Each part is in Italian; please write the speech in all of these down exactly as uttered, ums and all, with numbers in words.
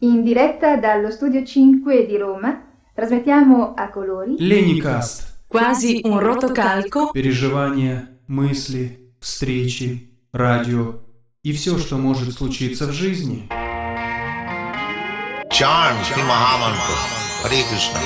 In diretta dallo studio cinque di Roma, trasmettiamo a colori Леникаст. Quasi un rotocalco. Переживания, мысли, встречи, радио и все, что может случиться в жизни. Chant Shri Mahamantra. Hare Krishna.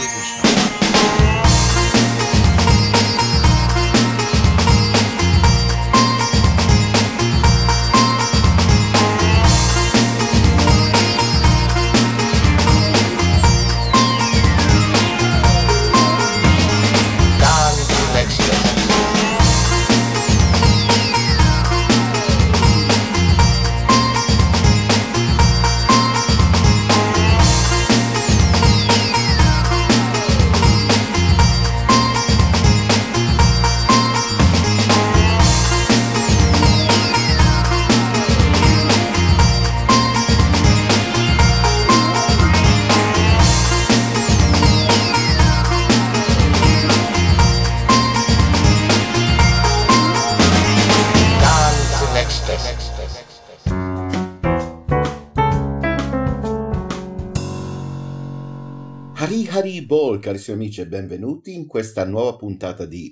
Hari Hari Bol, carissimi amici, e benvenuti in questa nuova puntata di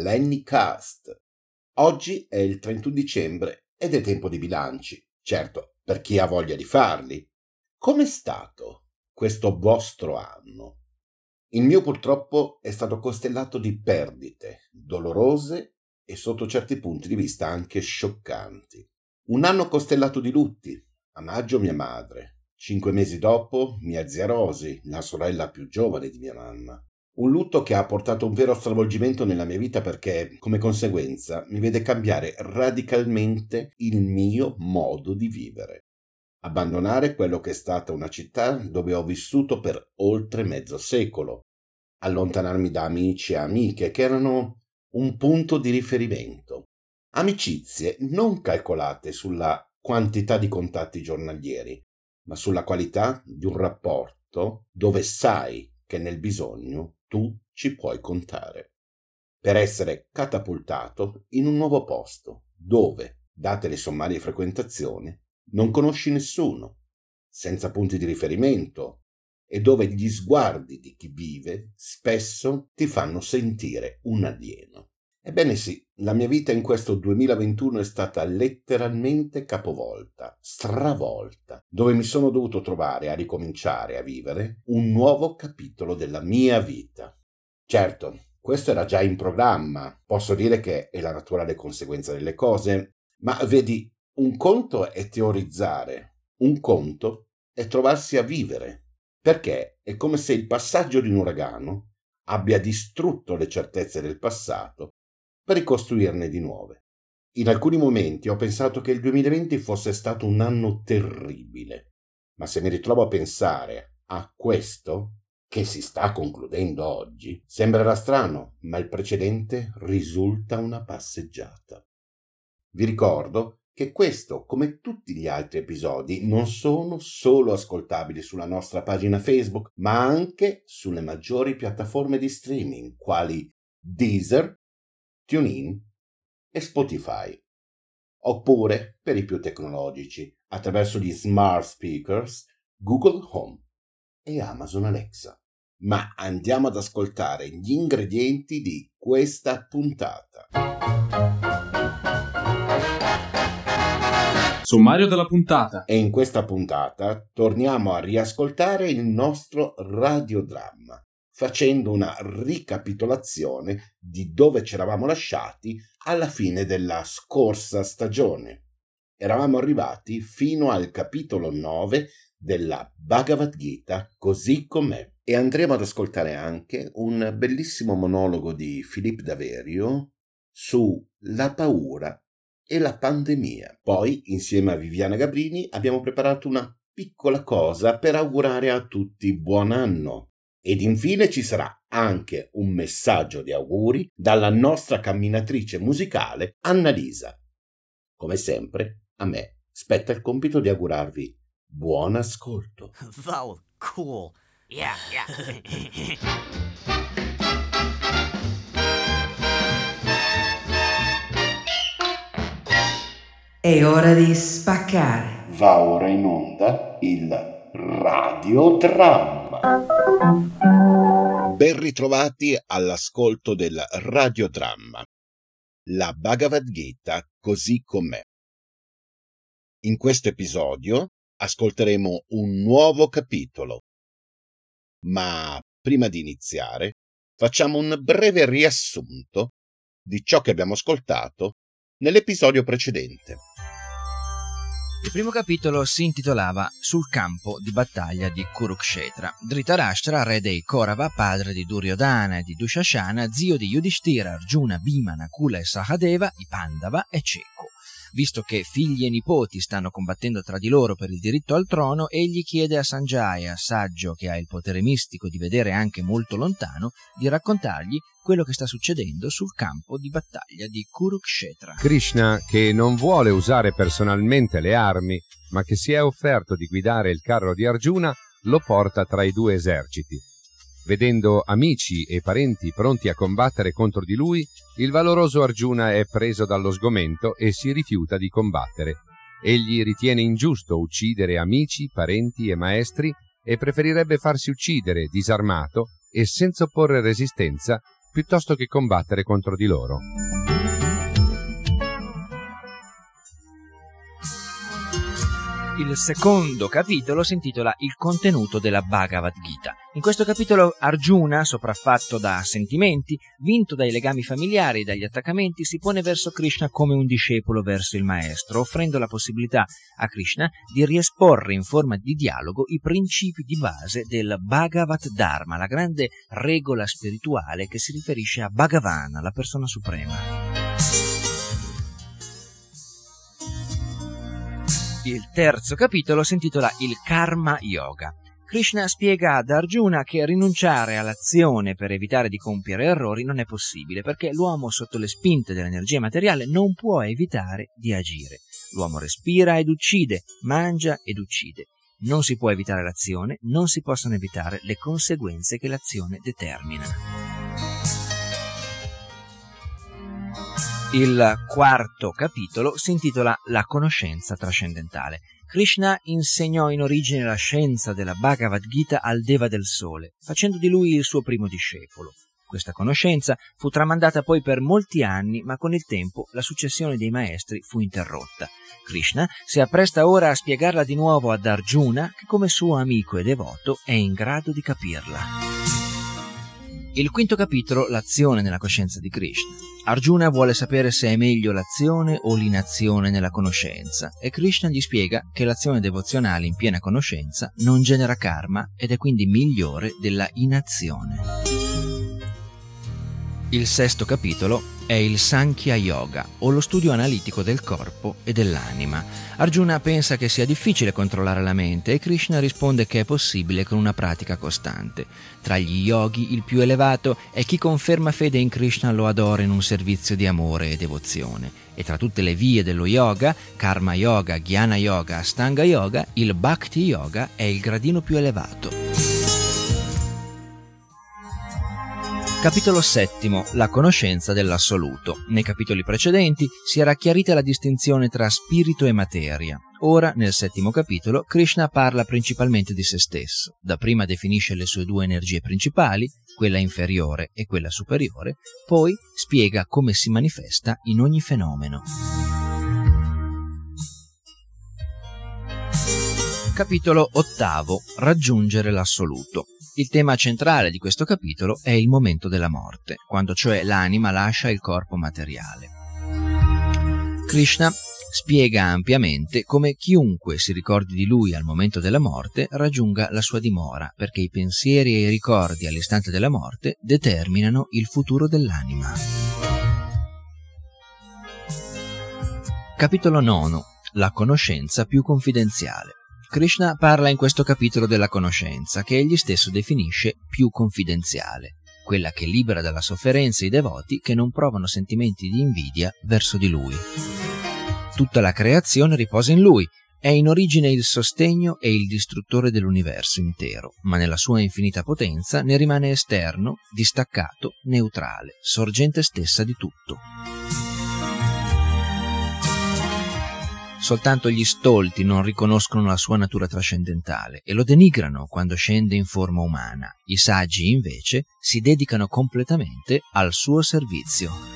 Леникаст. Oggi è il trentuno dicembre ed è tempo di bilanci, certo, per chi ha voglia di farli. Com'è stato questo vostro anno? Il mio purtroppo è stato costellato di perdite, dolorose e sotto certi punti di vista anche scioccanti. Un anno costellato di lutti. A maggio mia madre. Cinque mesi dopo, mia zia Rosy, la sorella più giovane di mia mamma. Un lutto che ha portato un vero stravolgimento nella mia vita perché, come conseguenza, mi vede cambiare radicalmente il mio modo di vivere. Abbandonare quello che è stata una città dove ho vissuto per oltre mezzo secolo. Allontanarmi da amici e amiche che erano un punto di riferimento. Amicizie non calcolate sulla quantità di contatti giornalieri, ma sulla qualità di un rapporto dove sai che nel bisogno tu ci puoi contare. Per essere catapultato in un nuovo posto, dove, date le sommarie frequentazioni, non conosci nessuno, senza punti di riferimento, e dove gli sguardi di chi vive spesso ti fanno sentire un alieno. Ebbene sì, la mia vita in questo duemilaventuno è stata letteralmente capovolta, stravolta, dove mi sono dovuto trovare a ricominciare a vivere un nuovo capitolo della mia vita. Certo, questo era già in programma, posso dire che è la naturale conseguenza delle cose, ma vedi, un conto è teorizzare, un conto è trovarsi a vivere, perché è come se il passaggio di un uragano abbia distrutto le certezze del passato per ricostruirne di nuove. In alcuni momenti ho pensato che il duemilaventi fosse stato un anno terribile, ma se mi ritrovo a pensare a questo che si sta concludendo oggi, sembrerà strano, ma il precedente risulta una passeggiata. Vi ricordo che questo, come tutti gli altri episodi, non sono solo ascoltabili sulla nostra pagina Facebook, ma anche sulle maggiori piattaforme di streaming, quali Deezer, TuneIn e Spotify, oppure per i più tecnologici attraverso gli smart speakers Google Home e Amazon Alexa. Ma andiamo ad ascoltare gli ingredienti di questa puntata. Sommario della puntata. E in questa puntata torniamo a riascoltare il nostro radiodramma, facendo una ricapitolazione di dove ci eravamo lasciati alla fine della scorsa stagione. Eravamo arrivati fino al capitolo nove della Bhagavad Gita così com'è e andremo ad ascoltare anche un bellissimo monologo di Philippe Daverio su la paura e la pandemia. Poi, insieme a Viviana Gabrini, abbiamo preparato una piccola cosa per augurare a tutti buon anno. Ed infine ci sarà anche un messaggio di auguri dalla nostra camminatrice musicale Annalisa. Come sempre, a me spetta il compito di augurarvi buon ascolto. That was cool. Yeah, yeah. È ora di spaccare. Va ora in onda il radiodramma. Ben ritrovati all'ascolto del radiodramma, la Bhagavad Gita così com'è. In questo episodio ascolteremo un nuovo capitolo, ma prima di iniziare facciamo un breve riassunto di ciò che abbiamo ascoltato nell'episodio precedente. Il primo capitolo si intitolava Sul campo di battaglia di Kurukshetra. Dhritarashtra, re dei Kaurava, padre di Duryodhana e di Dushashana, zio di Yudhishthira, Arjuna, Bhima, Nakula e Sahadeva, i Pandava, è cieco. Visto che figli e nipoti stanno combattendo tra di loro per il diritto al trono, egli chiede a Sanjaya, saggio che ha il potere mistico di vedere anche molto lontano, di raccontargli quello che sta succedendo sul campo di battaglia di Kurukshetra. Krishna, che non vuole usare personalmente le armi, ma che si è offerto di guidare il carro di Arjuna, lo porta tra i due eserciti. Vedendo amici e parenti pronti a combattere contro di lui, il valoroso Arjuna è preso dallo sgomento e si rifiuta di combattere. Egli ritiene ingiusto uccidere amici, parenti e maestri e preferirebbe farsi uccidere disarmato e senza opporre resistenza piuttosto che combattere contro di loro. Il secondo capitolo si intitola Il contenuto della Bhagavad Gita. In questo capitolo Arjuna, sopraffatto da sentimenti, vinto dai legami familiari e dagli attaccamenti, si pone verso Krishna come un discepolo verso il maestro, offrendo la possibilità a Krishna di riesporre in forma di dialogo i principi di base del Bhagavad Dharma, la grande regola spirituale che si riferisce a Bhagavan, la persona suprema. Il terzo capitolo si intitola Il Karma Yoga. Krishna spiega ad Arjuna che rinunciare all'azione per evitare di compiere errori non è possibile, perché l'uomo sotto le spinte dell'energia materiale non può evitare di agire. L'uomo respira ed uccide, mangia ed uccide. Non si può evitare l'azione, non si possono evitare le conseguenze che l'azione determina. Il quarto capitolo si intitola La conoscenza trascendentale. Krishna insegnò in origine la scienza della Bhagavad Gita al Deva del Sole, facendo di lui il suo primo discepolo. Questa conoscenza fu tramandata poi per molti anni, ma con il tempo la successione dei maestri fu interrotta. Krishna si appresta ora a spiegarla di nuovo ad Arjuna, che come suo amico e devoto è in grado di capirla. Il quinto capitolo, l'azione nella coscienza di Krishna. Arjuna vuole sapere se è meglio l'azione o l'inazione nella conoscenza e Krishna gli spiega che l'azione devozionale in piena conoscenza non genera karma ed è quindi migliore della inazione. Il sesto capitolo è il Sankhya Yoga, o lo studio analitico del corpo e dell'anima. Arjuna pensa che sia difficile controllare la mente e Krishna risponde che è possibile con una pratica costante. Tra gli yogi il più elevato è chi conferma fede in Krishna lo adora in un servizio di amore e devozione. E tra tutte le vie dello yoga, Karma Yoga, Jnana Yoga, Astanga Yoga, il Bhakti Yoga è il gradino più elevato. Capitolo settimo. La conoscenza dell'assoluto. Nei capitoli precedenti si era chiarita la distinzione tra spirito e materia. Ora, nel settimo capitolo, Krishna parla principalmente di se stesso. Dapprima definisce le sue due energie principali, quella inferiore e quella superiore, poi spiega come si manifesta in ogni fenomeno. Capitolo ottavo. Raggiungere l'assoluto. Il tema centrale di questo capitolo è il momento della morte, quando cioè l'anima lascia il corpo materiale. Krishna spiega ampiamente come chiunque si ricordi di lui al momento della morte raggiunga la sua dimora, perché i pensieri e i ricordi all'istante della morte determinano il futuro dell'anima. Capitolo nono. La conoscenza più confidenziale. Krishna parla in questo capitolo della conoscenza, che egli stesso definisce più confidenziale, quella che libera dalla sofferenza i devoti che non provano sentimenti di invidia verso di lui. Tutta la creazione riposa in lui, è in origine il sostegno e il distruttore dell'universo intero, ma nella sua infinita potenza ne rimane esterno, distaccato, neutrale, sorgente stessa di tutto. Soltanto gli stolti non riconoscono la sua natura trascendentale e lo denigrano quando scende in forma umana. I saggi, invece, si dedicano completamente al suo servizio.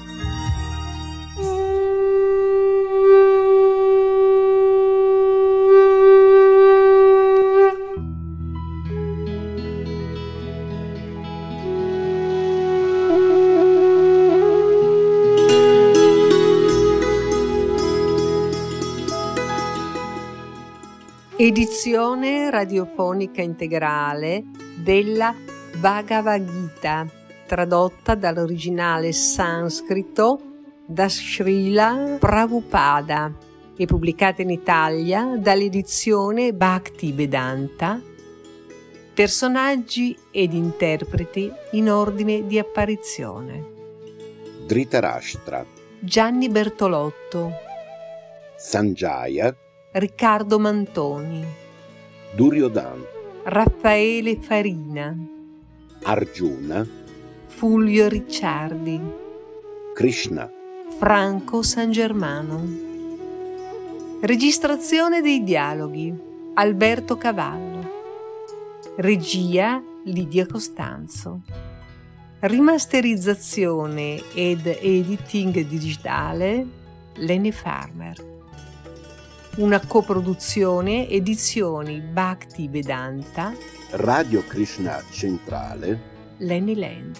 Edizione radiofonica integrale della Bhagavad Gita, tradotta dall'originale sanscrito da Srila Prabhupada e pubblicata in Italia dall'edizione Bhaktivedanta. Personaggi ed interpreti in ordine di apparizione: Dhritarashtra, Gianni Bertolotto, Sanjaya, Riccardo Mantoni, Duryodhana, Raffaele Farina, Arjuna, Fulvio Ricciardi, Krishna, Franco San Germano. Registrazione dei dialoghi: Alberto Cavallo. Regia: Lidia Costanzo. Rimasterizzazione ed editing digitale: Lenny Farmer. Una coproduzione Edizioni Bhaktivedanta, Radio Krishna Centrale, Lenny Land.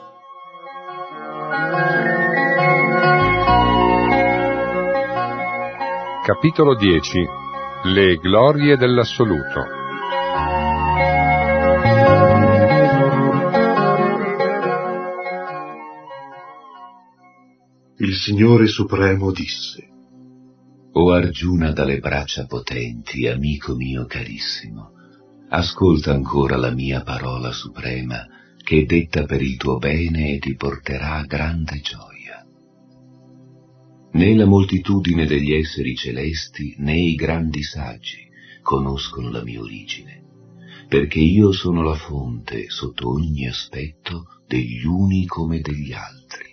Capitolo dieci. Le glorie dell'assoluto. Il Signore Supremo disse: O Arjuna dalle braccia potenti, amico mio carissimo, ascolta ancora la mia parola suprema, che è detta per il tuo bene e ti porterà grande gioia. Né la moltitudine degli esseri celesti, né i grandi saggi conoscono la mia origine, perché io sono la fonte, sotto ogni aspetto, degli uni come degli altri.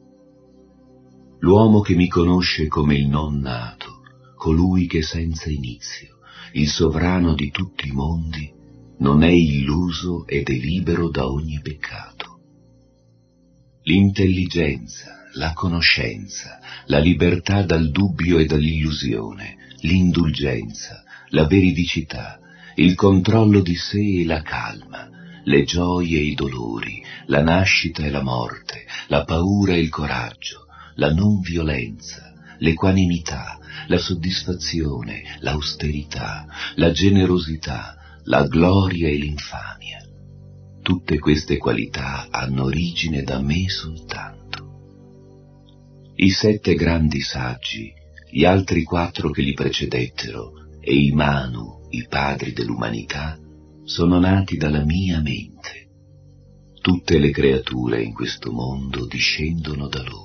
L'uomo che mi conosce come il non nato, colui che senza inizio, il sovrano di tutti i mondi, non è illuso ed è libero da ogni peccato. L'intelligenza, la conoscenza, la libertà dal dubbio e dall'illusione, l'indulgenza, la veridicità, il controllo di sé e la calma, le gioie e i dolori, la nascita e la morte, la paura e il coraggio, la non violenza, l'equanimità, la soddisfazione, l'austerità, la generosità, la gloria e l'infamia. Tutte queste qualità hanno origine da me soltanto. I sette grandi saggi, gli altri quattro che li precedettero e i Manu, i padri dell'umanità, sono nati dalla mia mente. Tutte le creature in questo mondo discendono da loro.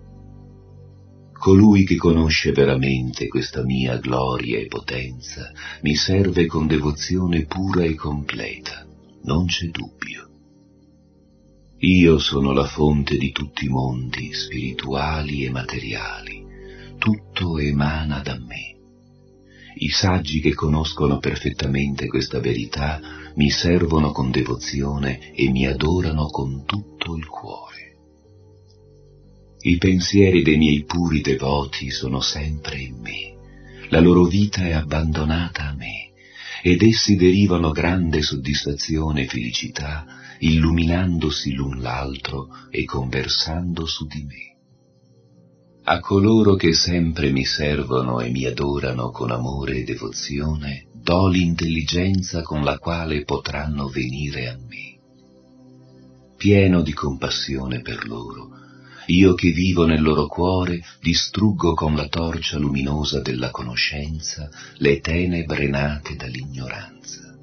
Colui che conosce veramente questa mia gloria e potenza mi serve con devozione pura e completa, non c'è dubbio. Io sono la fonte di tutti i mondi spirituali e materiali, tutto emana da me. I saggi che conoscono perfettamente questa verità mi servono con devozione e mi adorano con tutto il cuore. I pensieri dei miei puri devoti sono sempre in me, la loro vita è abbandonata a me, ed essi derivano grande soddisfazione e felicità, illuminandosi l'un l'altro e conversando su di me. A coloro che sempre mi servono e mi adorano con amore e devozione, do l'intelligenza con la quale potranno venire a me. Pieno di compassione per loro, io che vivo nel loro cuore distruggo con la torcia luminosa della conoscenza le tenebre nate dall'ignoranza.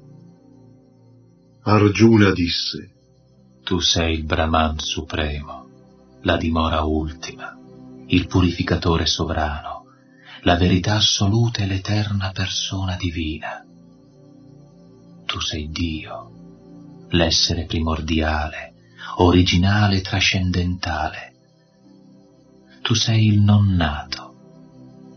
Arjuna disse: Tu sei il Brahman supremo, la dimora ultima, il purificatore sovrano, la verità assoluta e l'eterna persona divina. Tu sei Dio, l'essere primordiale, originale e trascendentale. Tu sei il non nato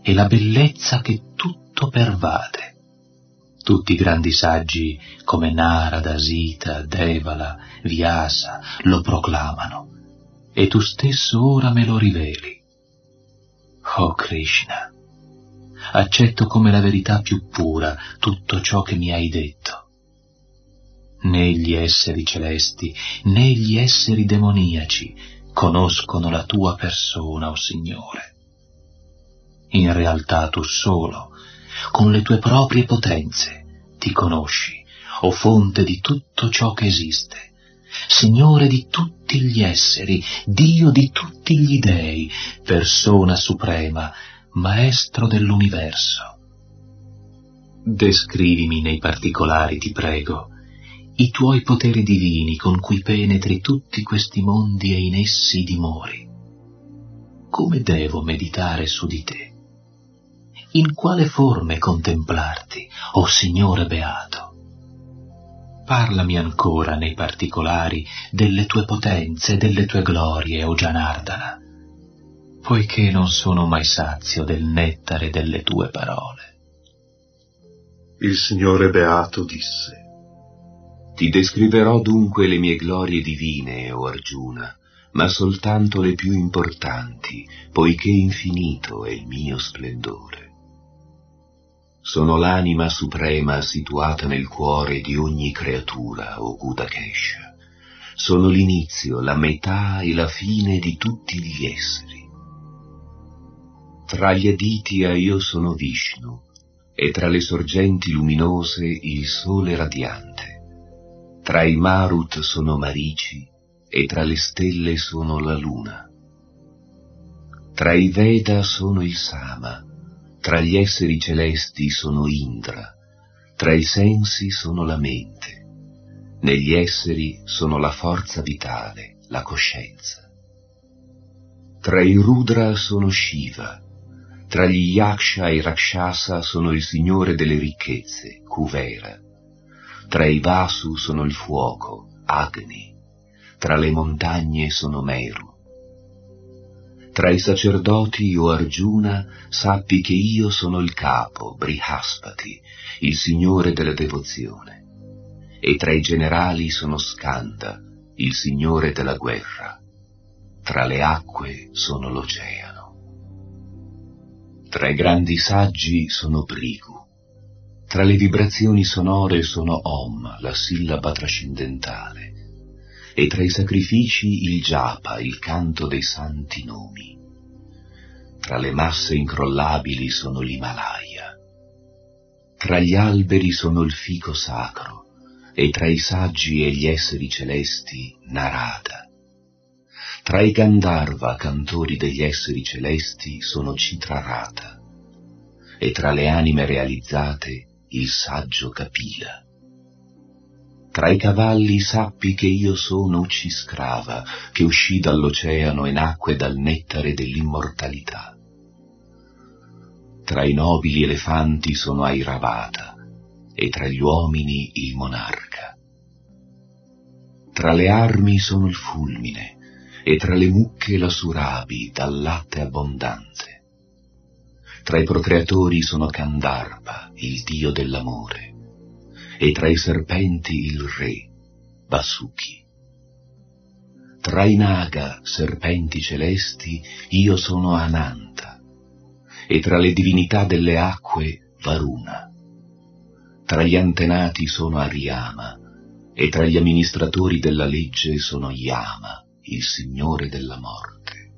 e la bellezza che tutto pervade. Tutti i grandi saggi come Narada, Sita, Devala, Vyasa lo proclamano, e tu stesso ora me lo riveli. Oh Krishna, accetto come la verità più pura tutto ciò che mi hai detto. Né gli esseri celesti, né gli esseri demoniaci conoscono la tua persona, o Signore. In realtà tu solo, con le tue proprie potenze, ti conosci, o fonte di tutto ciò che esiste, Signore di tutti gli esseri, Dio di tutti gli dei, persona suprema, Maestro dell'universo. Descrivimi nei particolari, ti prego, i tuoi poteri divini con cui penetri tutti questi mondi e in essi dimori. Come devo meditare su di te? In quale forme contemplarti, o Signore beato? Parlami ancora nei particolari delle tue potenze e delle tue glorie, o Janardana, poiché non sono mai sazio del nettare delle tue parole. Il Signore beato disse: Ti descriverò dunque le mie glorie divine, o Arjuna, ma soltanto le più importanti, poiché infinito è il mio splendore. Sono l'anima suprema situata nel cuore di ogni creatura, o Gudakesha. Sono l'inizio, la metà e la fine di tutti gli esseri. Tra gli Aditya io sono Vishnu, e tra le sorgenti luminose il sole radiante. Tra i Marut sono Marici, e tra le stelle sono la luna. Tra i Veda sono il Sama, tra gli esseri celesti sono Indra, tra i sensi sono la mente, negli esseri sono la forza vitale, la coscienza. Tra i Rudra sono Shiva, tra gli Yaksha e i Rakshasa sono il Signore delle ricchezze, Kuvera, tra i Vasu sono il fuoco, Agni, tra le montagne sono Meru. Tra i sacerdoti, o Arjuna, sappi che io sono il capo, Brihaspati, il signore della devozione, e tra i generali sono Skanda, il signore della guerra. Tra le acque sono l'oceano. Tra i grandi saggi sono Brigu. Tra le vibrazioni sonore sono Om, la sillaba trascendentale, e tra i sacrifici il Japa, il canto dei santi nomi. Tra le masse incrollabili sono l'Himalaya. Tra gli alberi sono il fico sacro, e tra i saggi e gli esseri celesti Narada. Tra i Gandharva, cantori degli esseri celesti, sono Citrarata, e tra le anime realizzate il saggio Kapila. Tra i cavalli sappi che io sono Ucciscrava, che uscì dall'oceano e nacque dal nettare dell'immortalità. Tra i nobili elefanti sono Airavata, e tra gli uomini il monarca. Tra le armi sono il fulmine, e tra le mucche la Surabi, dal latte abbondante. Tra i procreatori sono Kandharpa, il dio dell'amore, e tra i serpenti il re, Vasuki. Tra i Naga, serpenti celesti, io sono Ananta, e tra le divinità delle acque, Varuna. Tra gli antenati sono Ariyama, e tra gli amministratori della legge sono Yama, il signore della morte.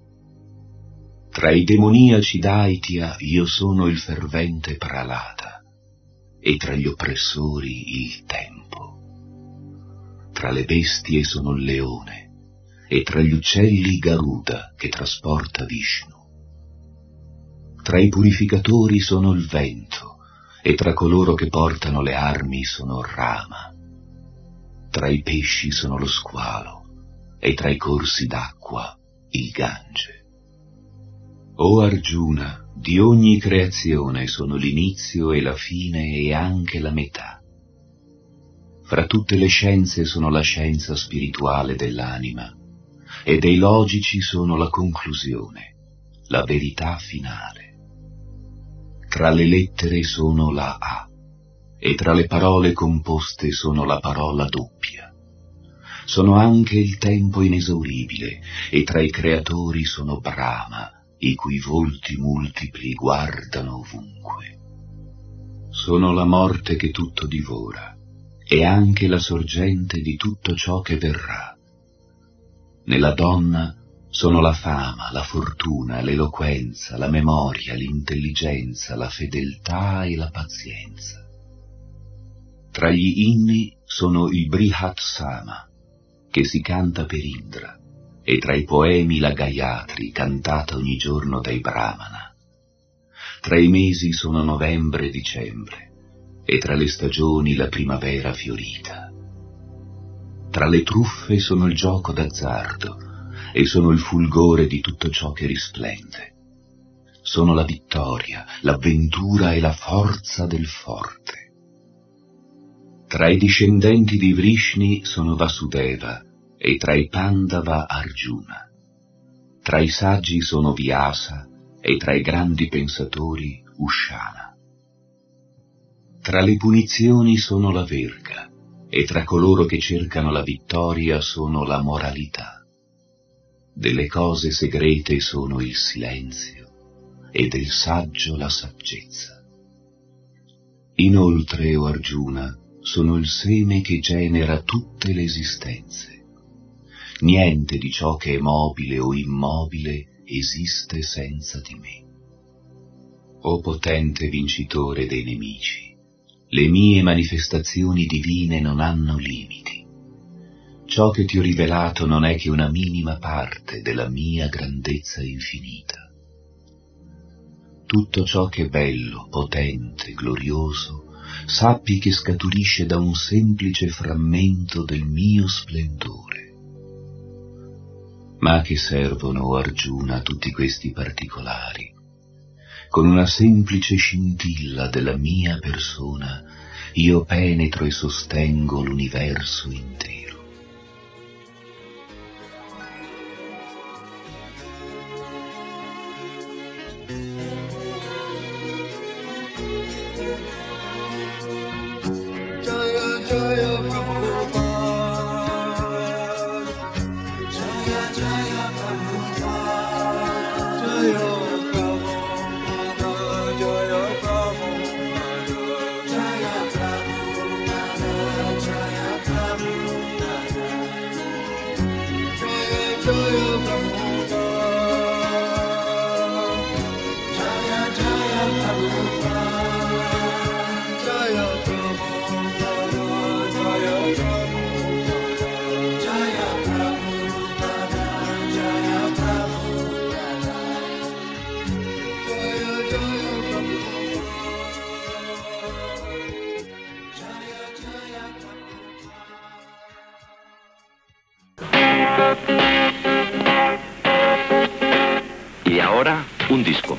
Tra i demoniaci d'Aitya io sono il fervente Pralada, e tra gli oppressori il tempo. Tra le bestie sono il leone, e tra gli uccelli Garuda, che trasporta Vishnu. Tra i purificatori sono il vento, e tra coloro che portano le armi sono Rama. Tra i pesci sono lo squalo, e tra i corsi d'acqua il Gange. O Arjuna, di ogni creazione sono l'inizio e la fine e anche la metà. Fra tutte le scienze sono la scienza spirituale dell'anima, e dei logici sono la conclusione, la verità finale. tra le lettere sono la A, e tra le parole composte sono la parola doppia. Sono anche il tempo inesauribile, e tra i creatori sono Brahma, i cui volti multipli guardano ovunque. Sono la morte che tutto divora, e anche la sorgente di tutto ciò che verrà. Nella donna sono la fama, la fortuna, l'eloquenza, la memoria, l'intelligenza, la fedeltà e la pazienza. Tra gli inni sono il Brihat Sama, che si canta per Indra, e tra i poemi la Gayatri, cantata ogni giorno dai Brahmana. Tra i mesi sono novembre e dicembre, e tra le stagioni la primavera fiorita. Tra le truffe sono il gioco d'azzardo, e sono il fulgore di tutto ciò che risplende. Sono la vittoria, l'avventura e la forza del forte. Tra i discendenti di Vrishni sono Vasudeva, e tra i Pandava Arjuna. Tra i saggi sono Vyasa, e tra i grandi pensatori Ushana. Tra le punizioni sono la verga, e tra coloro che cercano la vittoria sono la moralità. Delle cose segrete sono il silenzio, e del saggio la saggezza. Inoltre, o Arjuna, sono il seme che genera tutte le esistenze. Niente di ciò che è mobile o immobile esiste senza di me. O potente vincitore dei nemici, le mie manifestazioni divine non hanno limiti. Ciò che ti ho rivelato non è che una minima parte della mia grandezza infinita. Tutto ciò che è bello, potente, glorioso, sappi che scaturisce da un semplice frammento del mio splendore. Ma a che servono, o Arjuna, tutti questi particolari? Con una semplice scintilla della mia persona io penetro e sostengo l'universo intero. Y ahora, un disco.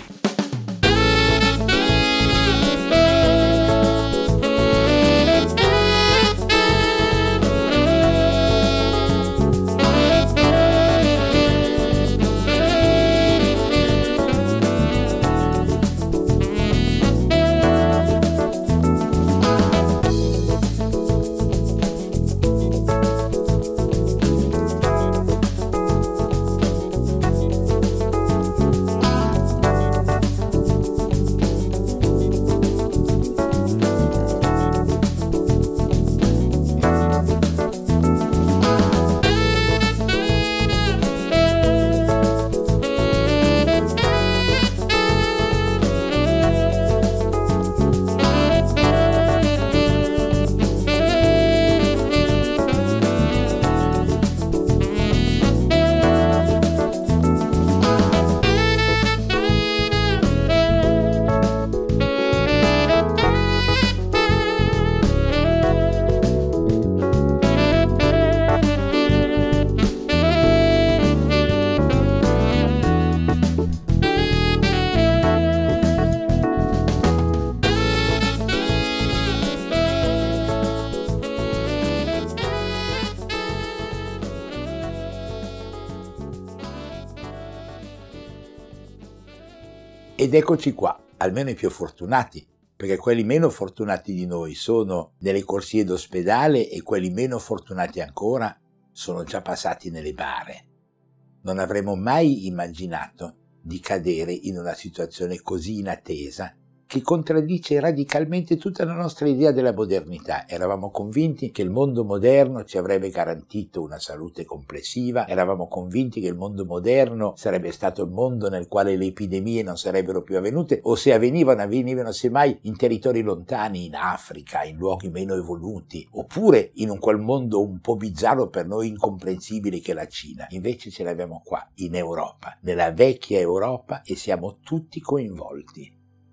Ed eccoci qua, almeno i più fortunati, perché quelli meno fortunati di noi sono nelle corsie d'ospedale e quelli meno fortunati ancora sono già passati nelle bare. Non avremmo mai immaginato di cadere in una situazione così inattesa che contraddice radicalmente tutta la nostra idea della modernità. Eravamo convinti che il mondo moderno ci avrebbe garantito una salute complessiva, eravamo convinti che il mondo moderno sarebbe stato il mondo nel quale le epidemie non sarebbero più avvenute, o se avvenivano, avvenivano semmai in territori lontani, in Africa, in luoghi meno evoluti, oppure in un quel mondo un po' bizzarro per noi incomprensibile che è la Cina. Invece ce l'abbiamo qua, in Europa, nella vecchia Europa, e siamo tutti coinvolti.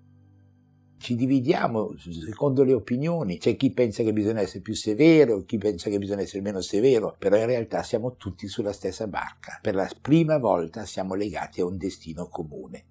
Ci dividiamo secondo le opinioni, c'è chi pensa che bisogna essere più severo, chi pensa che bisogna essere meno severo, però in realtà siamo tutti sulla stessa barca. Per la prima volta siamo legati a un destino comune.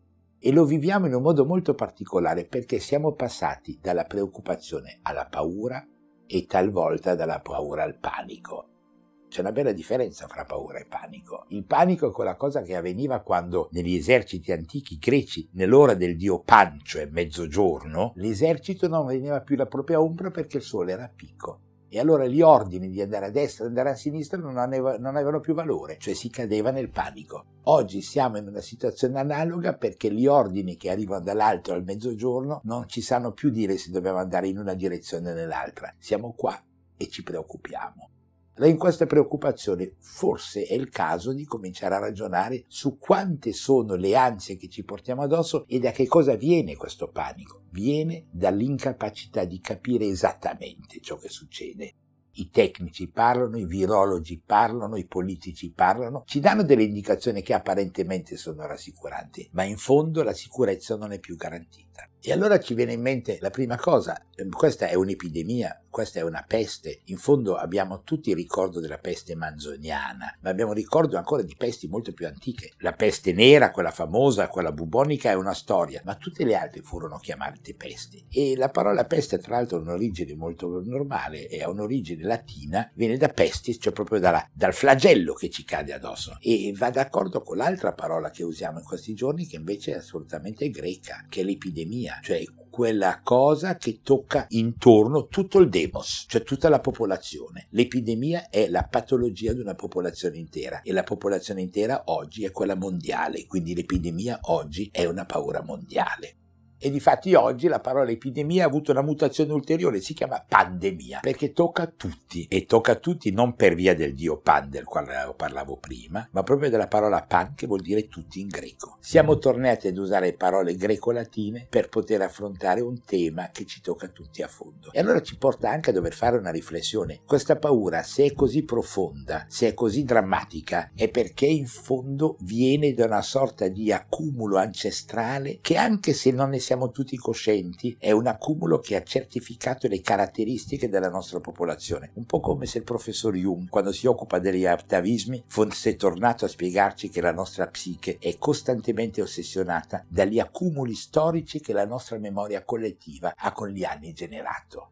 E lo viviamo in un modo molto particolare perché siamo passati dalla preoccupazione alla paura e talvolta dalla paura al panico. C'è una bella differenza fra paura e panico. Il panico è quella cosa che avveniva quando negli eserciti antichi greci, nell'ora del dio Pan, cioè mezzogiorno, l'esercito non vedeva più la propria ombra perché il sole era a picco. E allora gli ordini di andare a destra e andare a sinistra non, aveva, non avevano più valore, cioè si cadeva nel panico. Oggi siamo in una situazione analoga perché gli ordini che arrivano dall'alto al mezzogiorno non ci sanno più dire se dobbiamo andare in una direzione o nell'altra. Siamo qua e ci preoccupiamo. In questa preoccupazione forse è il caso di cominciare a ragionare su quante sono le ansie che ci portiamo addosso e da che cosa viene questo panico. Viene dall'incapacità di capire esattamente ciò che succede. I tecnici parlano, i virologi parlano, i politici parlano, ci danno delle indicazioni che apparentemente sono rassicuranti, ma in fondo la sicurezza non è più garantita. E allora ci viene in mente la prima cosa, questa è un'epidemia, questa è una peste, in fondo abbiamo tutti il ricordo della peste manzoniana, ma abbiamo ricordo ancora di pesti molto più antiche. La peste nera, quella famosa, quella bubonica è una storia, ma tutte le altre furono chiamate pesti. E la parola peste tra l'altro ha un'origine molto normale, e ha un'origine latina, viene da pestis, cioè proprio dalla, dal flagello che ci cade addosso, e va d'accordo con l'altra parola che usiamo in questi giorni che invece è assolutamente greca, che è l'epidemia, cioè quella cosa che tocca intorno tutto il demos, cioè tutta la popolazione. L'epidemia è la patologia di una popolazione intera e la popolazione intera oggi è quella mondiale, quindi l'epidemia oggi è una paura mondiale. E difatti oggi la parola epidemia ha avuto una mutazione ulteriore, si chiama pandemia, perché tocca a tutti, e tocca a tutti non per via del dio Pan del quale parlavo prima, ma proprio della parola pan che vuol dire tutti in greco. Siamo tornati ad usare parole greco-latine per poter affrontare un tema che ci tocca a tutti a fondo. E allora ci porta anche a dover fare una riflessione. Questa paura, se è così profonda, se è così drammatica, è perché in fondo viene da una sorta di accumulo ancestrale che, anche se non ne siamo siamo tutti coscienti, è un accumulo che ha certificato le caratteristiche della nostra popolazione. Un po' come se il professor Jung, quando si occupa degli atavismi, fosse tornato a spiegarci che la nostra psiche è costantemente ossessionata dagli accumuli storici che la nostra memoria collettiva ha con gli anni generato.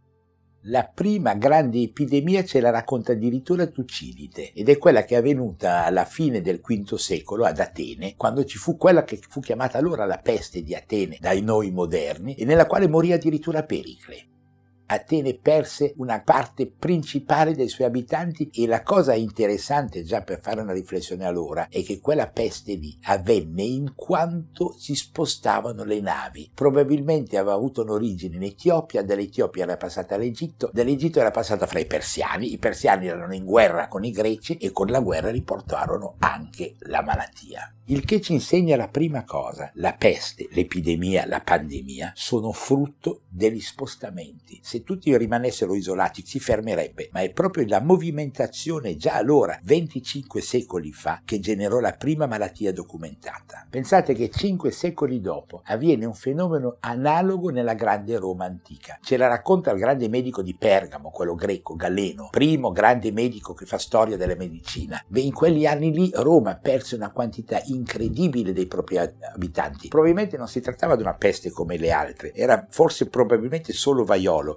La prima grande epidemia ce la racconta addirittura Tucidide, ed è quella che è avvenuta alla fine del quinto secolo ad Atene, quando ci fu quella che fu chiamata allora la peste di Atene dai noi moderni, e nella quale morì addirittura Pericle. Atene perse una parte principale dei suoi abitanti, e la cosa interessante, già per fare una riflessione allora, è che quella peste lì avvenne in quanto si spostavano le navi. Probabilmente aveva avuto un'origine in Etiopia, dall'Etiopia era passata all'Egitto, dall'Egitto era passata fra i persiani, i persiani erano in guerra con i greci e con la guerra riportarono anche la malattia. Il che ci insegna la prima cosa: la peste, l'epidemia, la pandemia sono frutto degli spostamenti. Se tutti rimanessero isolati si fermerebbe, ma è proprio la movimentazione già allora, venticinque secoli fa, che generò la prima malattia documentata. Pensate che cinque secoli dopo avviene un fenomeno analogo nella grande Roma antica. Ce la racconta il grande medico di Pergamo, quello greco, Galeno, primo grande medico che fa storia della medicina. Beh, in quegli anni lì Roma perse una quantità incredibile dei propri abitanti. Probabilmente non si trattava di una peste come le altre, era forse probabilmente solo vaiolo.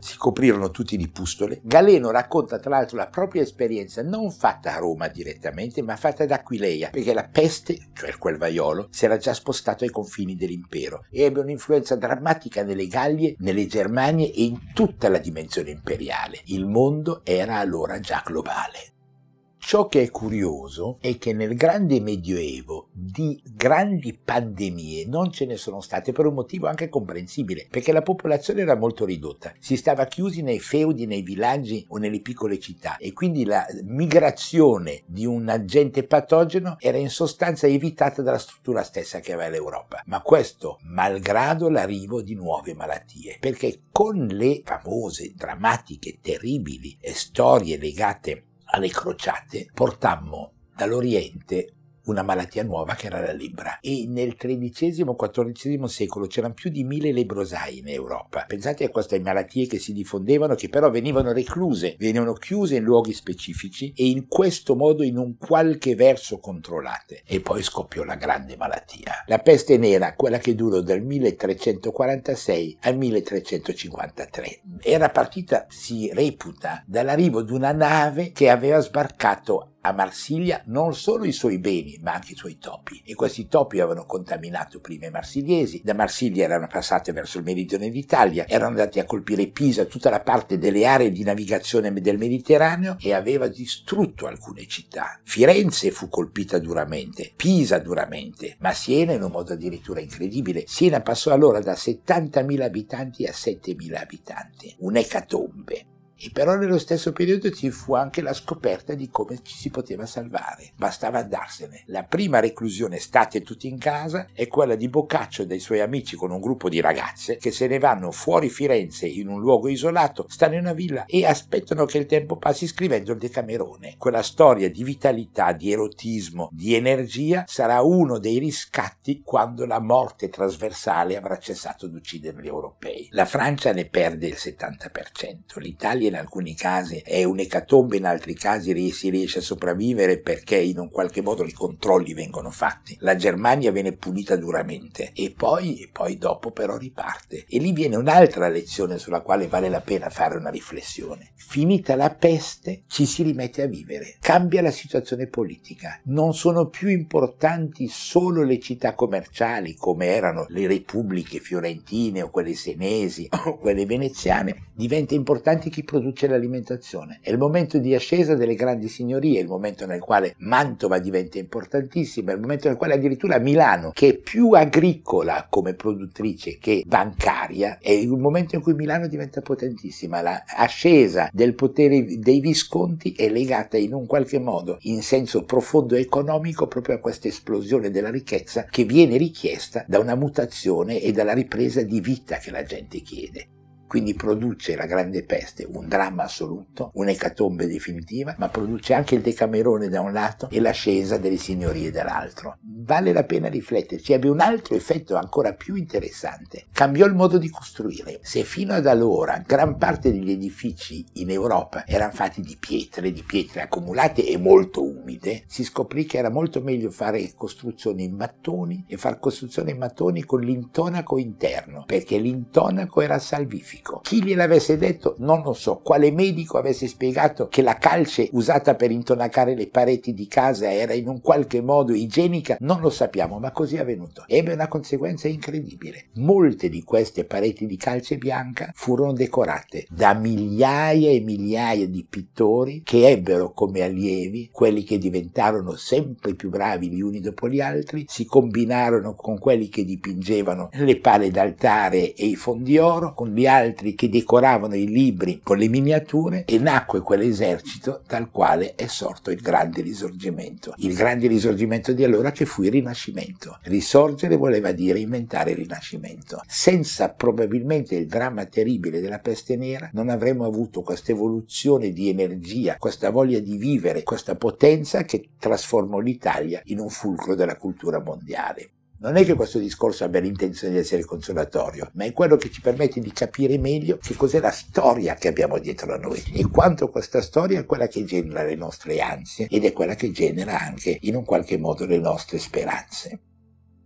si coprirono tutti di pustole. Galeno racconta tra l'altro la propria esperienza non fatta a Roma direttamente, ma fatta ad Aquileia, perché la peste, cioè quel vaiolo, si era già spostato ai confini dell'impero e ebbe un'influenza drammatica nelle Gallie, nelle Germanie e in tutta la dimensione imperiale. Il mondo era allora già globale. Ciò che è curioso è che nel grande medioevo di grandi pandemie non ce ne sono state, per un motivo anche comprensibile, perché la popolazione era molto ridotta, si stava chiusi nei feudi, nei villaggi o nelle piccole città e quindi la migrazione di un agente patogeno era in sostanza evitata dalla struttura stessa che aveva l'Europa. Ma questo malgrado l'arrivo di nuove malattie, perché con le famose, drammatiche, terribili storie legate alle crociate portammo dall'Oriente una malattia nuova che era la lebbra e nel tredicesimo quattordicesimo secolo c'erano più di mille lebrosai in Europa. Pensate a queste malattie che si diffondevano, che però venivano recluse, venivano chiuse in luoghi specifici e in questo modo in un qualche verso controllate. E poi scoppiò la grande malattia, la peste nera, quella che durò dal milletrecentoquarantasei al milletrecentocinquantatré. Era partita, si reputa, dall'arrivo di una nave che aveva sbarcato a Marsiglia non solo i suoi beni ma anche i suoi topi, e questi topi avevano contaminato prima i marsigliesi. Da Marsiglia erano passate verso il meridione d'Italia, erano andati a colpire Pisa, tutta la parte delle aree di navigazione del Mediterraneo, e aveva distrutto alcune città. Firenze fu colpita duramente, Pisa duramente, ma Siena in un modo addirittura incredibile. Siena passò allora da settantamila abitanti a settemila abitanti, un'ecatombe. E però nello stesso periodo ci fu anche la scoperta di come ci si poteva salvare. Bastava andarsene. La prima reclusione, state tutti in casa, è quella di Boccaccio e dei suoi amici con un gruppo di ragazze che se ne vanno fuori Firenze in un luogo isolato, stanno in una villa e aspettano che il tempo passi scrivendo il Decamerone. Quella storia di vitalità, di erotismo, di energia sarà uno dei riscatti quando la morte trasversale avrà cessato di uccidere gli europei. La Francia ne perde il settanta per cento, l'Italia in alcuni casi è un'ecatombe, in altri casi si riesce a sopravvivere perché in un qualche modo i controlli vengono fatti. La Germania viene punita duramente e poi, e poi dopo però riparte. E lì viene un'altra lezione sulla quale vale la pena fare una riflessione. Finita la peste ci si rimette a vivere, cambia la situazione politica, non sono più importanti solo le città commerciali come erano le repubbliche fiorentine o quelle senesi o quelle veneziane, diventa importante chi produce l'alimentazione. È il momento di ascesa delle grandi signorie, è il momento nel quale Mantova diventa importantissima, è il momento nel quale addirittura Milano, che è più agricola come produttrice che bancaria, è il momento in cui Milano diventa potentissima. La ascesa del potere dei Visconti è legata in un qualche modo, in senso profondo economico, proprio a questa esplosione della ricchezza che viene richiesta da una mutazione e dalla ripresa di vita che la gente chiede. Quindi produce la grande peste un dramma assoluto, un'ecatombe definitiva, ma produce anche il Decamerone da un lato e l'ascesa delle signorie dall'altro. Vale la pena rifletterci. Ebbe un altro effetto ancora più interessante. Cambiò il modo di costruire. Se fino ad allora gran parte degli edifici in Europa erano fatti di pietre, di pietre accumulate e molto umide, si scoprì che era molto meglio fare costruzioni in mattoni e far costruzioni in mattoni con l'intonaco interno, perché l'intonaco era salvifico. Chi gliel'avesse detto non lo so, quale medico avesse spiegato che la calce usata per intonacare le pareti di casa era in un qualche modo igienica, non lo sappiamo, ma così è avvenuto. Ebbe una conseguenza incredibile. Molte di queste pareti di calce bianca furono decorate da migliaia e migliaia di pittori che ebbero come allievi quelli che diventarono sempre più bravi gli uni dopo gli altri, si combinarono con quelli che dipingevano le pale d'altare e i fondi oro, con gli altri che decoravano i libri con le miniature, e nacque quell'esercito dal quale è sorto il grande risorgimento. Il grande risorgimento di allora che fu il Rinascimento. Risorgere voleva dire inventare il Rinascimento. Senza probabilmente il dramma terribile della peste nera non avremmo avuto questa evoluzione di energia, questa voglia di vivere, questa potenza che trasformò l'Italia in un fulcro della cultura mondiale. Non è che questo discorso abbia l'intenzione di essere consolatorio, ma è quello che ci permette di capire meglio che cos'è la storia che abbiamo dietro a noi e quanto questa storia è quella che genera le nostre ansie ed è quella che genera anche in un qualche modo le nostre speranze.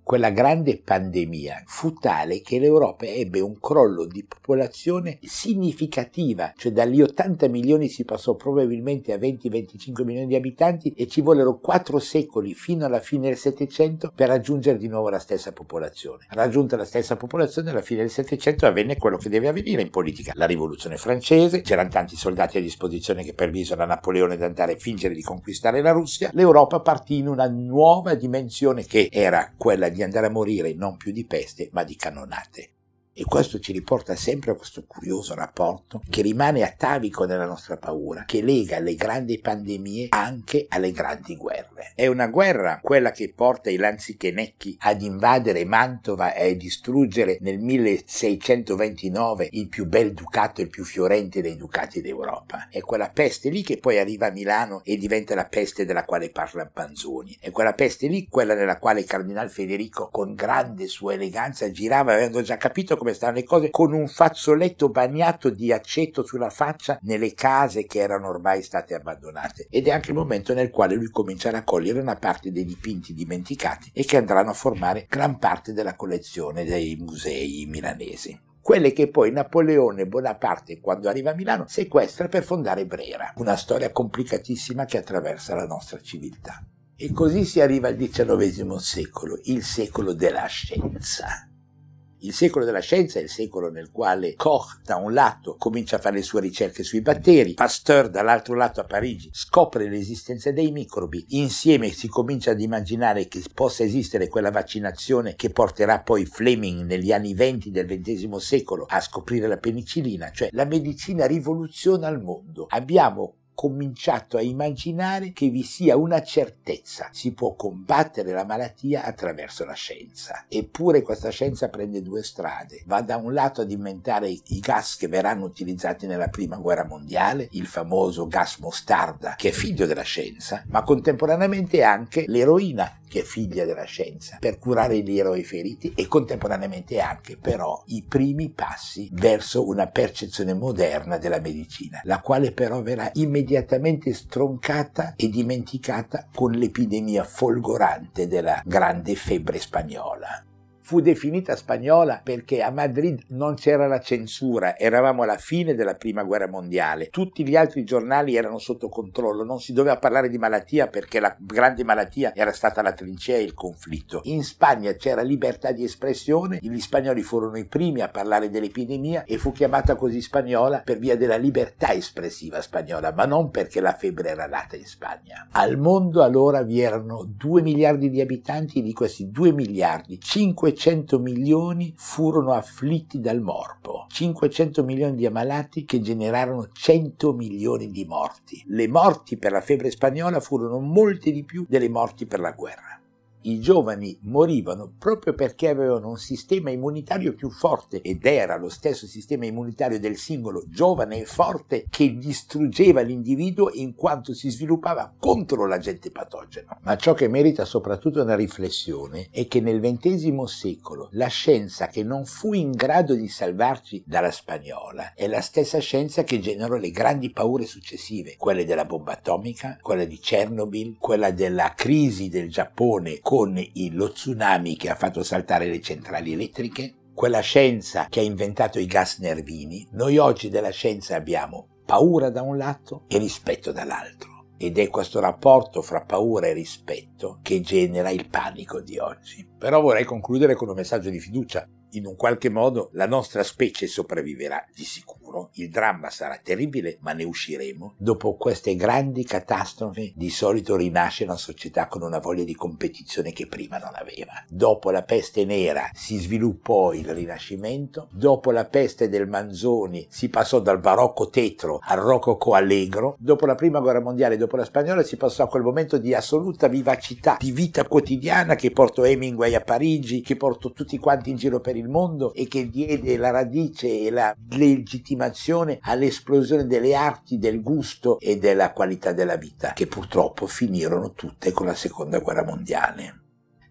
Quella grande pandemia fu tale che l'Europa ebbe un crollo di popolazione significativa, cioè dagli ottanta milioni si passò probabilmente a venti venticinque milioni di abitanti e ci vollero quattro secoli fino alla fine del Settecento per raggiungere di nuovo la stessa popolazione. Raggiunta la stessa popolazione, alla fine del Settecento avvenne quello che deve avvenire in politica: la rivoluzione francese, c'erano tanti soldati a disposizione che permisero a Napoleone di andare a fingere di conquistare la Russia, l'Europa partì in una nuova dimensione che era quella di andare a morire non più di peste ma di cannonate. E questo ci riporta sempre a questo curioso rapporto che rimane atavico nella nostra paura, che lega le grandi pandemie anche alle grandi guerre. È una guerra quella che porta i lanzichenecchi ad invadere Mantova e a distruggere nel milleseicentoventinove il più bel ducato e il più fiorente dei ducati d'Europa. È quella peste lì che poi arriva a Milano e diventa la peste della quale parla Panzoni. È quella peste lì quella nella quale il Cardinal Federico, con grande sua eleganza, girava avendo già capito come stanno le cose, con un fazzoletto bagnato di aceto sulla faccia nelle case che erano ormai state abbandonate. Ed è anche il momento nel quale lui comincia a raccogliere una parte dei dipinti dimenticati e che andranno a formare gran parte della collezione dei musei milanesi. Quelle che poi Napoleone Bonaparte, quando arriva a Milano, sequestra per fondare Brera. Una storia complicatissima che attraversa la nostra civiltà. E così si arriva al diciannovesimo secolo, il secolo della scienza. Il secolo della scienza è il secolo nel quale Koch da un lato comincia a fare le sue ricerche sui batteri, Pasteur dall'altro lato a Parigi scopre l'esistenza dei microbi, insieme si comincia ad immaginare che possa esistere quella vaccinazione che porterà poi Fleming negli anni venti del ventesimo secolo a scoprire la penicillina, cioè la medicina rivoluziona il mondo. Abbiamo cominciato a immaginare che vi sia una certezza: si può combattere la malattia attraverso la scienza. Eppure questa scienza prende due strade: va da un lato ad inventare i gas che verranno utilizzati nella prima guerra mondiale, il famoso gas mostarda che è figlio della scienza, ma contemporaneamente anche l'eroina che è figlia della scienza per curare gli eroi feriti, e contemporaneamente anche però i primi passi verso una percezione moderna della medicina, la quale però verrà immediatamente stroncata e dimenticata con l'epidemia folgorante della grande febbre spagnola. Fu definita spagnola perché a Madrid non c'era la censura, eravamo alla fine della prima guerra mondiale, tutti gli altri giornali erano sotto controllo, non si doveva parlare di malattia perché la grande malattia era stata la trincea e il conflitto. In Spagna c'era libertà di espressione, gli spagnoli furono i primi a parlare dell'epidemia e fu chiamata così spagnola per via della libertà espressiva spagnola, ma non perché la febbre era nata in Spagna. Al mondo allora vi erano due miliardi di abitanti, e di questi due miliardi, cinquecento milioni furono afflitti dal morbo, cinquecento milioni di ammalati che generarono cento milioni di morti. Le morti per la febbre spagnola furono molte di più delle morti per la guerra. I giovani morivano proprio perché avevano un sistema immunitario più forte, ed era lo stesso sistema immunitario del singolo giovane e forte che distruggeva l'individuo in quanto si sviluppava contro l'agente patogeno. Ma ciò che merita soprattutto una riflessione è che nel ventesimo secolo la scienza che non fu in grado di salvarci dalla spagnola è la stessa scienza che generò le grandi paure successive, quelle della bomba atomica, quella di Chernobyl, quella della crisi del Giappone con lo tsunami che ha fatto saltare le centrali elettriche, quella scienza che ha inventato i gas nervini. Noi oggi della scienza abbiamo paura da un lato e rispetto dall'altro, ed è questo rapporto fra paura e rispetto che genera il panico di oggi. Però vorrei concludere con un messaggio di fiducia. In un qualche modo la nostra specie sopravviverà di sicuro, il dramma sarà terribile, ma ne usciremo. Dopo queste grandi catastrofi di solito rinasce una società con una voglia di competizione che prima non aveva. Dopo la peste nera si sviluppò il Rinascimento, dopo la peste del Manzoni si passò dal barocco tetro al rococò allegro, dopo la prima guerra mondiale, dopo la spagnola, si passò a quel momento di assoluta vivacità, di vita quotidiana che portò Hemingway a Parigi, che portò tutti quanti in giro per il mondo e che diede la radice e la legittimazione all'esplosione delle arti, del gusto e della qualità della vita, che purtroppo finirono tutte con la seconda guerra mondiale.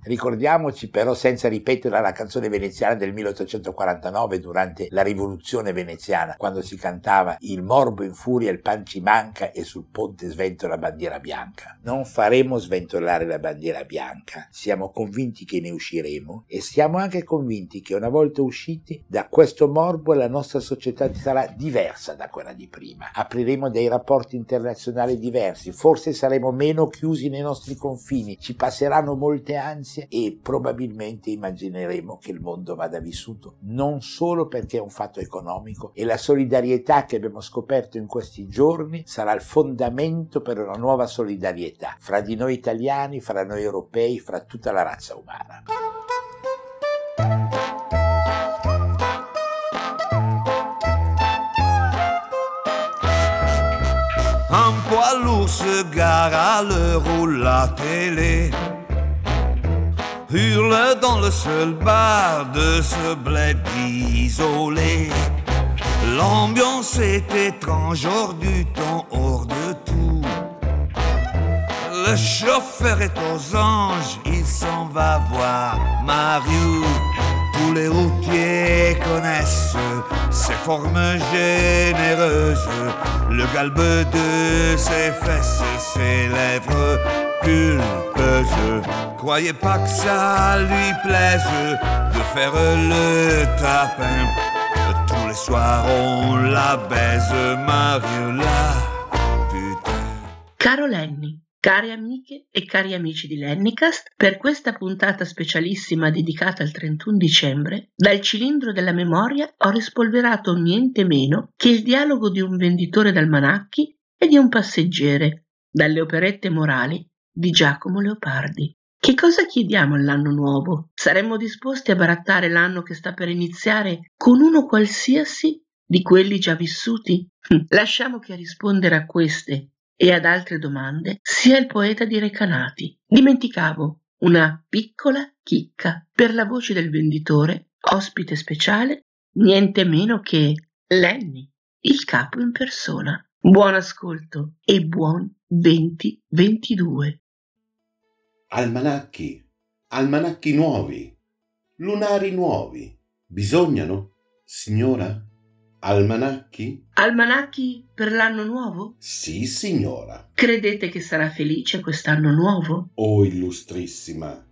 Ricordiamoci però, senza ripetere, la canzone veneziana del milleottocentoquarantanove durante la rivoluzione veneziana, quando si cantava il morbo in furia, il pan ci manca e sul ponte sventola la bandiera bianca. Non faremo sventolare la bandiera bianca, siamo convinti che ne usciremo e siamo anche convinti che una volta usciti da questo morbo la nostra società sarà diversa da quella di prima. Apriremo dei rapporti internazionali diversi, forse saremo meno chiusi nei nostri confini, ci passeranno molte ansie e probabilmente immagineremo che il mondo vada vissuto non solo perché è un fatto economico, e la solidarietà che abbiamo scoperto in questi giorni sarà il fondamento per una nuova solidarietà fra di noi italiani, fra noi europei, fra tutta la razza umana. Un poids lourd se gare à l'heure où la télé hurle dans le seul bar de ce bled isolé. L'ambiance est étrange, hors du temps, hors de tout. Le chauffeur est aux anges, il s'en va voir Mariou. Tous les routiers connaissent ses formes généreuses, le galbe de ses fesses et ses lèvres pulpeuses. Croyez pas que ça lui plaise de faire le tapin. Tous les soirs on la baise, Mariola, putain. Caro Lenny, care amiche e cari amici di Lennycast, per questa puntata specialissima dedicata al trentuno dicembre, dal cilindro della memoria ho rispolverato niente meno che il dialogo di un venditore d'almanacchi e di un passeggere, dalle operette morali di Giacomo Leopardi. Che cosa chiediamo all'anno nuovo? Saremmo disposti a barattare l'anno che sta per iniziare con uno qualsiasi di quelli già vissuti? Lasciamo che a rispondere a queste e ad altre domande sia il poeta di Recanati. Dimenticavo una piccola chicca per la voce del venditore, ospite speciale, niente meno che Lenny, il capo in persona. Buon ascolto e buon duemilaventidue. Almanacchi, almanacchi nuovi, lunari nuovi, bisognano, signora? Almanacchi? Almanacchi per l'anno nuovo? Sì, signora. Credete che sarà felice quest'anno nuovo? Oh, illustrissima.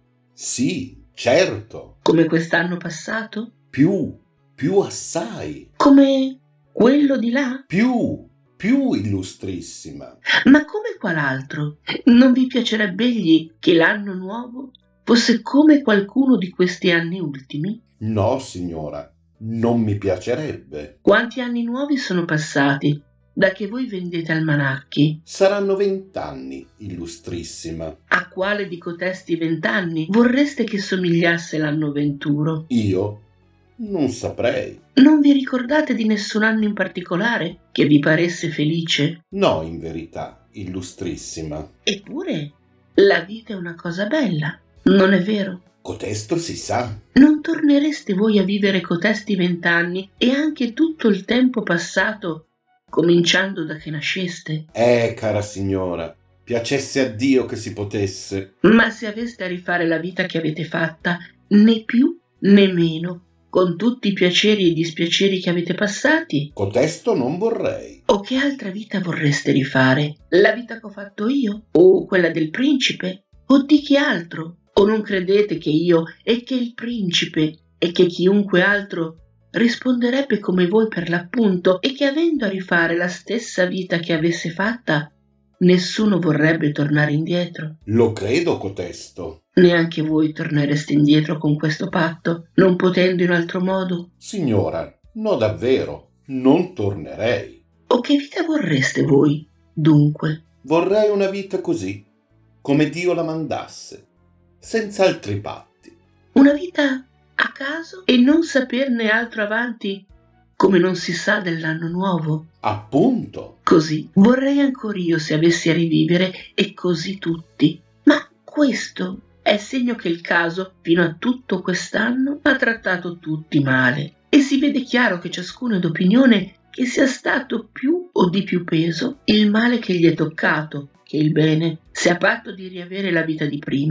Sì, certo. Come quest'anno passato? Più, più assai. Come quello di là? Più, più illustrissima. Ma come qual altro? Non vi piacerebbe egli che l'anno nuovo fosse come qualcuno di questi anni ultimi? No, signora, non mi piacerebbe. Quanti anni nuovi sono passati da che voi vendete almanacchi? Saranno vent'anni, illustrissima. A quale di cotesti vent'anni vorreste che somigliasse l'anno venturo? Io non saprei. Non vi ricordate di nessun anno in particolare che vi paresse felice? No, in verità, illustrissima. Eppure la vita è una cosa bella, non è vero? Cotesto si sa. Non tornereste voi a vivere cotesti vent'anni e anche tutto il tempo passato, cominciando da che nasceste? Eh, cara signora, piacesse a Dio che si potesse. Ma se aveste a rifare la vita che avete fatta, né più né meno, con tutti i piaceri e i dispiaceri che avete passati? Cotesto non vorrei. O che altra vita vorreste rifare? La vita che ho fatto io? O quella del principe? O di chi altro? O non credete che io e che il principe e che chiunque altro risponderebbe come voi per l'appunto e che avendo a rifare la stessa vita che avesse fatta, nessuno vorrebbe tornare indietro? Lo credo, cotesto. Neanche voi tornereste indietro con questo patto, non potendo in altro modo? Signora, no davvero, non tornerei. O che vita vorreste voi, dunque? Vorrei una vita così, come Dio la mandasse, senza altri patti. Una vita a caso e non saperne altro avanti, come non si sa dell'anno nuovo? Appunto. Così vorrei ancor io se avessi a rivivere, e così tutti. Ma questo è segno che il caso, fino a tutto quest'anno, ha trattato tutti male. E si vede chiaro che ciascuno è d'opinione che sia stato più o di più peso il male che gli è toccato che il bene. Se a patto di riavere la vita di prima,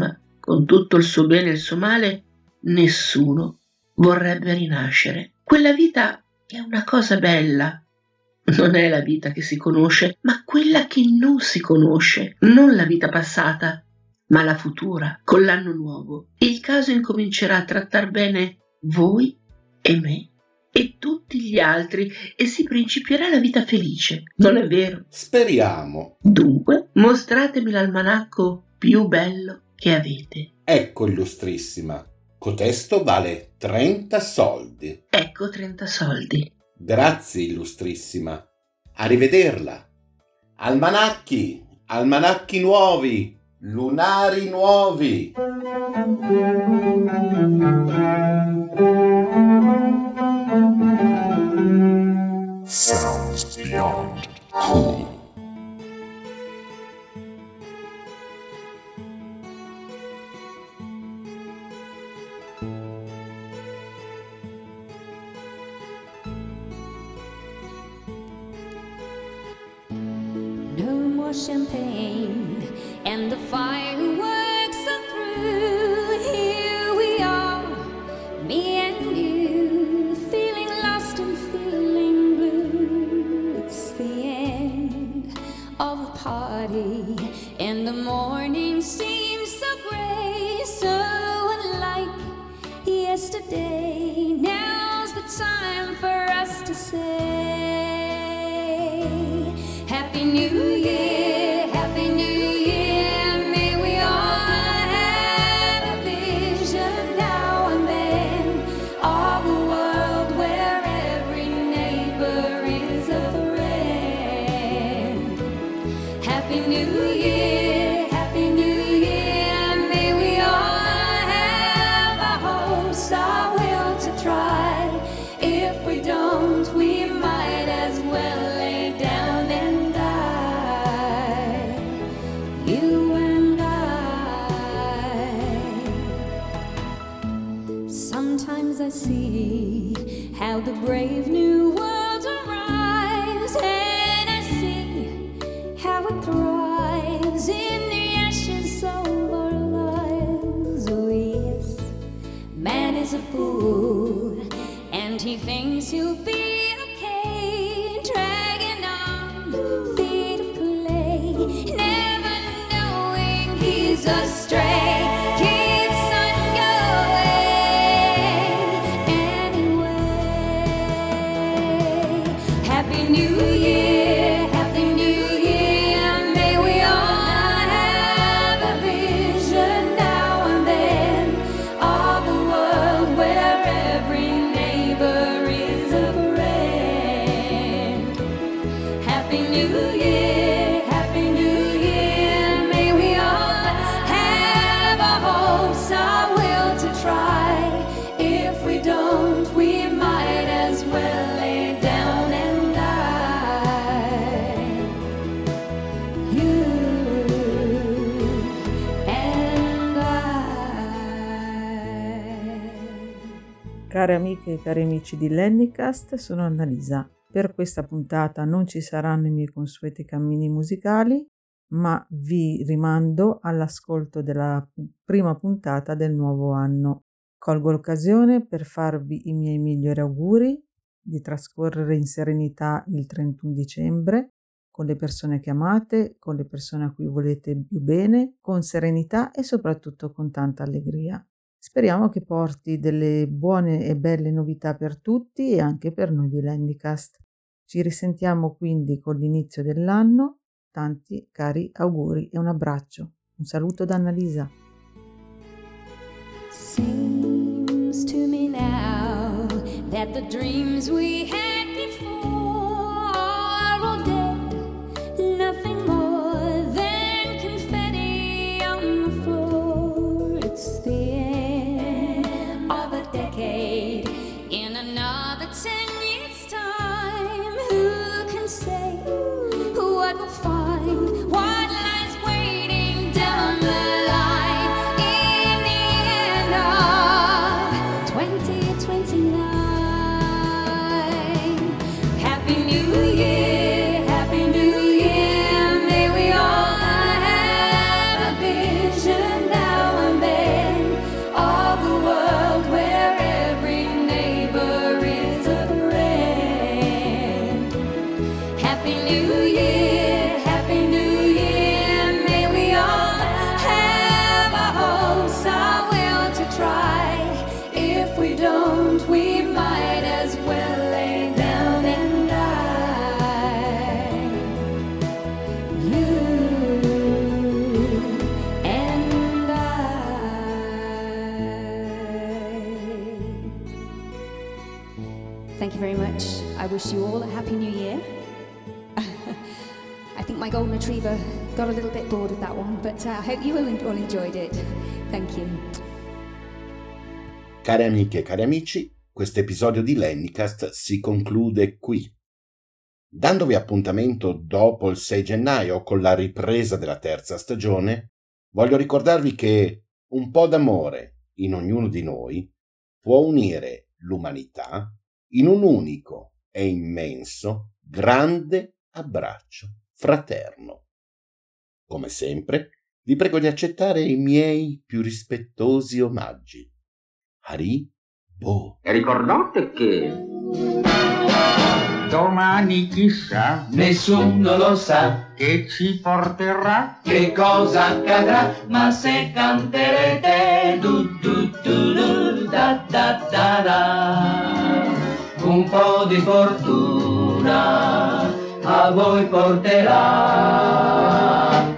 con tutto il suo bene e il suo male, nessuno vorrebbe rinascere. Quella vita è una cosa bella. Non è la vita che si conosce, ma quella che non si conosce. Non la vita passata, ma la futura, con l'anno nuovo. Il caso incomincerà a trattar bene voi e me e tutti gli altri e si principierà la vita felice. Non è vero? Speriamo. Dunque, mostratemi l'almanacco più bello che avete. Ecco, illustrissima. Cotesto vale trenta soldi. Ecco trenta soldi. Grazie, illustrissima. Arrivederla. Almanacchi, almanacchi nuovi, lunari nuovi. Sounds beyond cool. Champagne and the fireworks are through. Here we are, me and you, feeling lost and feeling blue. It's the end of a party and the morning seems so gray, so unlike yesterday. Now's the time for us to say Happy New Year. How the brave new world arrives, and I see how it thrives in the ashes of our lives. Oh yes, man is a fool, and he thinks he'll be okay, dragging on feet of clay, never knowing he's astray. Care amiche e cari amici di Lennycast, sono Annalisa. Per questa puntata non ci saranno i miei consueti cammini musicali, ma vi rimando all'ascolto della prima puntata del nuovo anno. Colgo l'occasione per farvi i miei migliori auguri di trascorrere in serenità il trentuno dicembre con le persone che amate, con le persone a cui volete più bene, con serenità e soprattutto con tanta allegria. Speriamo che porti delle buone e belle novità per tutti e anche per noi di Lennycast. Ci risentiamo quindi con l'inizio dell'anno. Tanti cari auguri e un abbraccio. Un saluto da Annalisa. Seems to me now that the dreams we had before are all dead, nothing more than confetti on the floor. It's the of a decade. In another ten years' time, who can say what we'll find, what lies waiting down the line in the end of twenty twenty-nine. you very much. I wish you all a happy new year. I think my golden retriever got a little bit bored of that one, but uh, I hope you all enjoyed it. Thank you. Care amiche e cari amici, questo episodio di Lennycast si conclude qui. Dandovi appuntamento dopo il sei gennaio con la ripresa della terza stagione, voglio ricordarvi che un po' d'amore in ognuno di noi può unire l'umanità in un unico e immenso, grande abbraccio fraterno. Come sempre, vi prego di accettare i miei più rispettosi omaggi. Hari Bo. E ricordate che domani chissà, nessuno lo sa, che ci porterà, che cosa accadrà, ma se canterete du du du du da da da da, un po' di fortuna a voi porterà.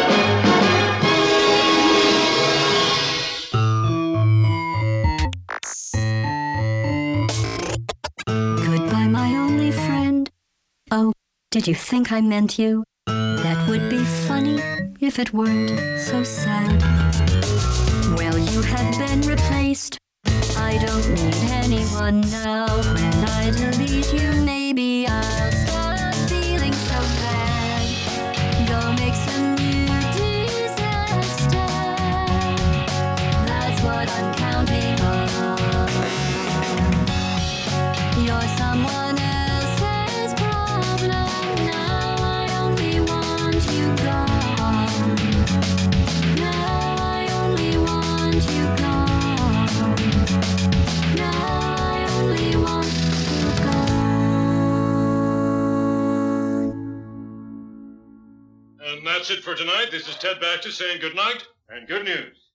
Goodbye, my only friend. Oh, did you think I meant you? That would be funny if it weren't so sad. Well, you have been replaced. I don't need anyone now. When I delete you, maybe I'll stop feeling so bad. Go make some new disaster. That's what I'm counting on. You're someone else's problem. Now I only want you gone. Now I only want you gone. Now I only want you gone. And that's it for tonight. This is Ted Baxter saying good night and good news.